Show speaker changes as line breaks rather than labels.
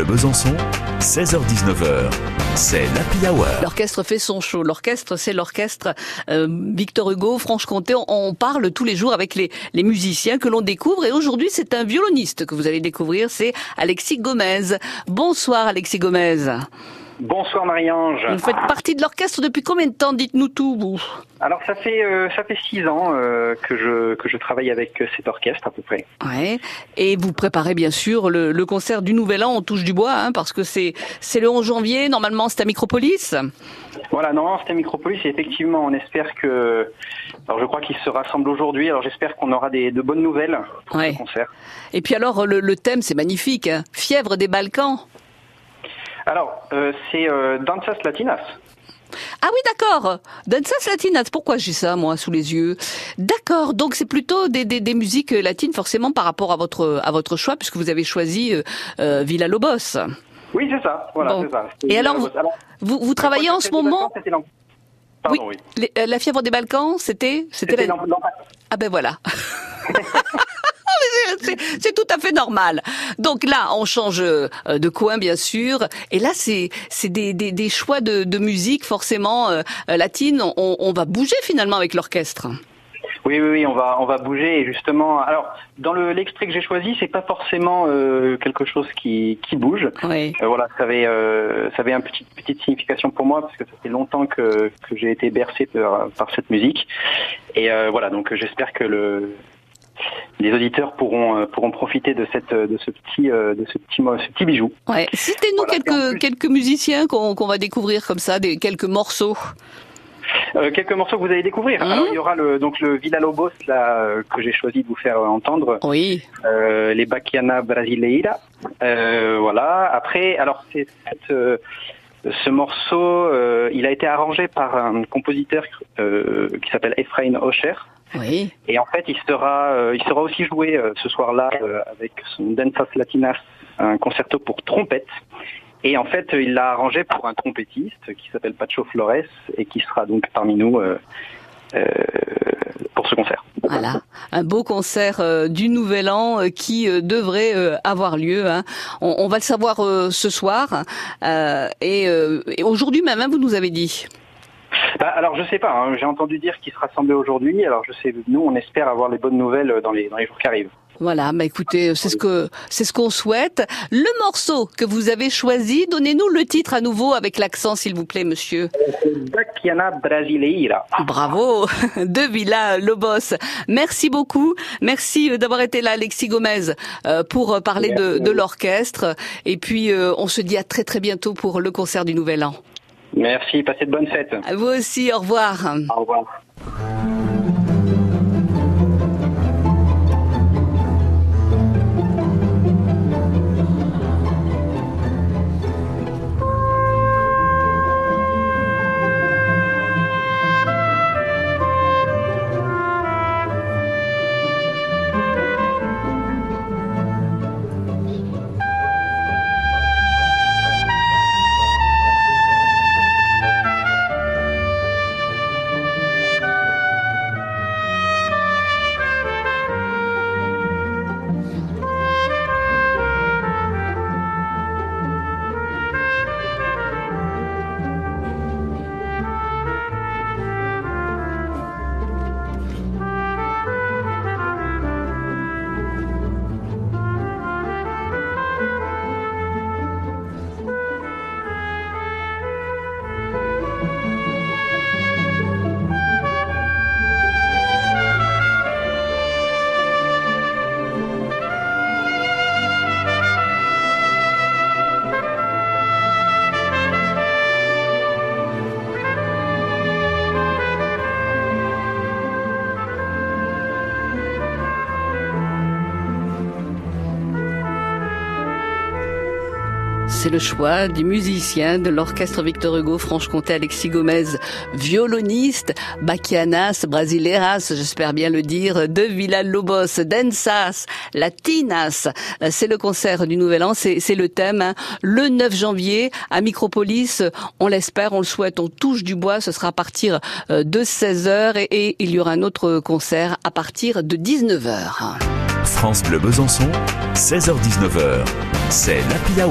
Besançon, 16h-19h, c'est l'Happy Hour.
L'orchestre fait son show. L'orchestre, c'est l'orchestre Victor Hugo, Franche-Comté. On parle tous les jours avec les musiciens que l'on découvre. Et aujourd'hui, c'est un violoniste que vous allez découvrir. C'est Alexis Gomez. Bonsoir, Alexis Gomez.
Bonsoir Marie-Ange.
Vous faites partie de l'orchestre depuis combien de temps? Dites-nous tout, vous.
Alors ça fait 6 ans que je travaille avec cet orchestre à peu près.
Ouais. Et vous préparez bien sûr le concert du Nouvel An. On touche du bois, parce que c'est le 11 janvier. Normalement, c'est à Micropolis.
Voilà, non, c'est à Micropolis. Et effectivement, on espère que. Alors je crois qu'ils se rassemblent aujourd'hui. Alors j'espère qu'on aura de bonnes nouvelles pour ce concert.
Et puis alors le thème, c'est magnifique. Fièvre des Balkans.
Alors, c'est Danzas Latinas.
Ah oui, d'accord. Danzas Latinas. Pourquoi j'ai ça, moi, sous les yeux? D'accord. Donc, c'est plutôt des musiques latines, forcément, par rapport à votre choix, puisque vous avez choisi Villa-Lobos.
Oui, c'est ça. Voilà,
bon.
C'est ça.
Et alors, vous travaillez en ce moment?
Pardon,
oui. La fièvre des Balkans, c'était Ah ben voilà. C'est tout à fait normal. Donc là, on change de coin, bien sûr. Et là, c'est des choix de musique forcément latine. On va bouger finalement avec l'orchestre.
Oui, on va bouger. Et justement, alors dans l'extrait que j'ai choisi, c'est pas forcément quelque chose qui bouge.
Oui.
Voilà, ça avait une petite signification pour moi parce que ça fait longtemps que j'ai été bercé par cette musique. Et voilà, donc j'espère que les auditeurs pourront profiter de ce petit bijou.
Ouais. Citez-nous quelques musiciens qu'on va découvrir comme ça, quelques morceaux.
Quelques morceaux que vous allez découvrir. Alors il y aura le Villa-Lobos là que j'ai choisi de vous faire entendre.
Oui.
Les Bachiana Brasileira. Voilà. Après, alors ce morceau, il a été arrangé par un compositeur qui s'appelle Ephraim Osher.
Oui.
Et en fait, il sera aussi joué ce soir-là avec son Danzas Latinas, un concerto pour trompette. Et en fait, il l'a arrangé pour un trompettiste qui s'appelle Pacho Flores et qui sera donc parmi nous pour ce concert.
Voilà, un beau concert du Nouvel An qui devrait avoir lieu. On va le savoir ce soir et aujourd'hui même, vous nous avez dit.
Alors je sais pas, j'ai entendu dire qu'ils se rassemblaient aujourd'hui. Alors je sais, nous on espère avoir les bonnes nouvelles dans les jours qui arrivent.
Voilà, écoutez, c'est ce qu'on souhaite. Le morceau que vous avez choisi, donnez-nous le titre à nouveau avec l'accent, s'il vous plaît, monsieur.
Bachiana Brasileira.
Bravo, de Villa-Lobos. Merci beaucoup. Merci d'avoir été là, Alexis Gomez, pour parler de l'orchestre. Et puis, on se dit à très très bientôt pour le concert du Nouvel An.
Merci, passez de bonnes fêtes.
À vous aussi, au revoir.
Au revoir.
C'est le choix du musicien de l'orchestre Victor Hugo Franche-Comté, Alexis Gomez, violoniste, Bachianas Brasileiras, j'espère bien le dire, de Villa-Lobos, Danzas Latinas. C'est le concert du Nouvel An, c'est le thème. Le 9 janvier à Micropolis, on l'espère, on le souhaite, on touche du bois, ce sera à partir de 16h et il y aura un autre concert à partir de 19h.
France Bleu Besançon, 16h-19h, c'est l'Happy Hour.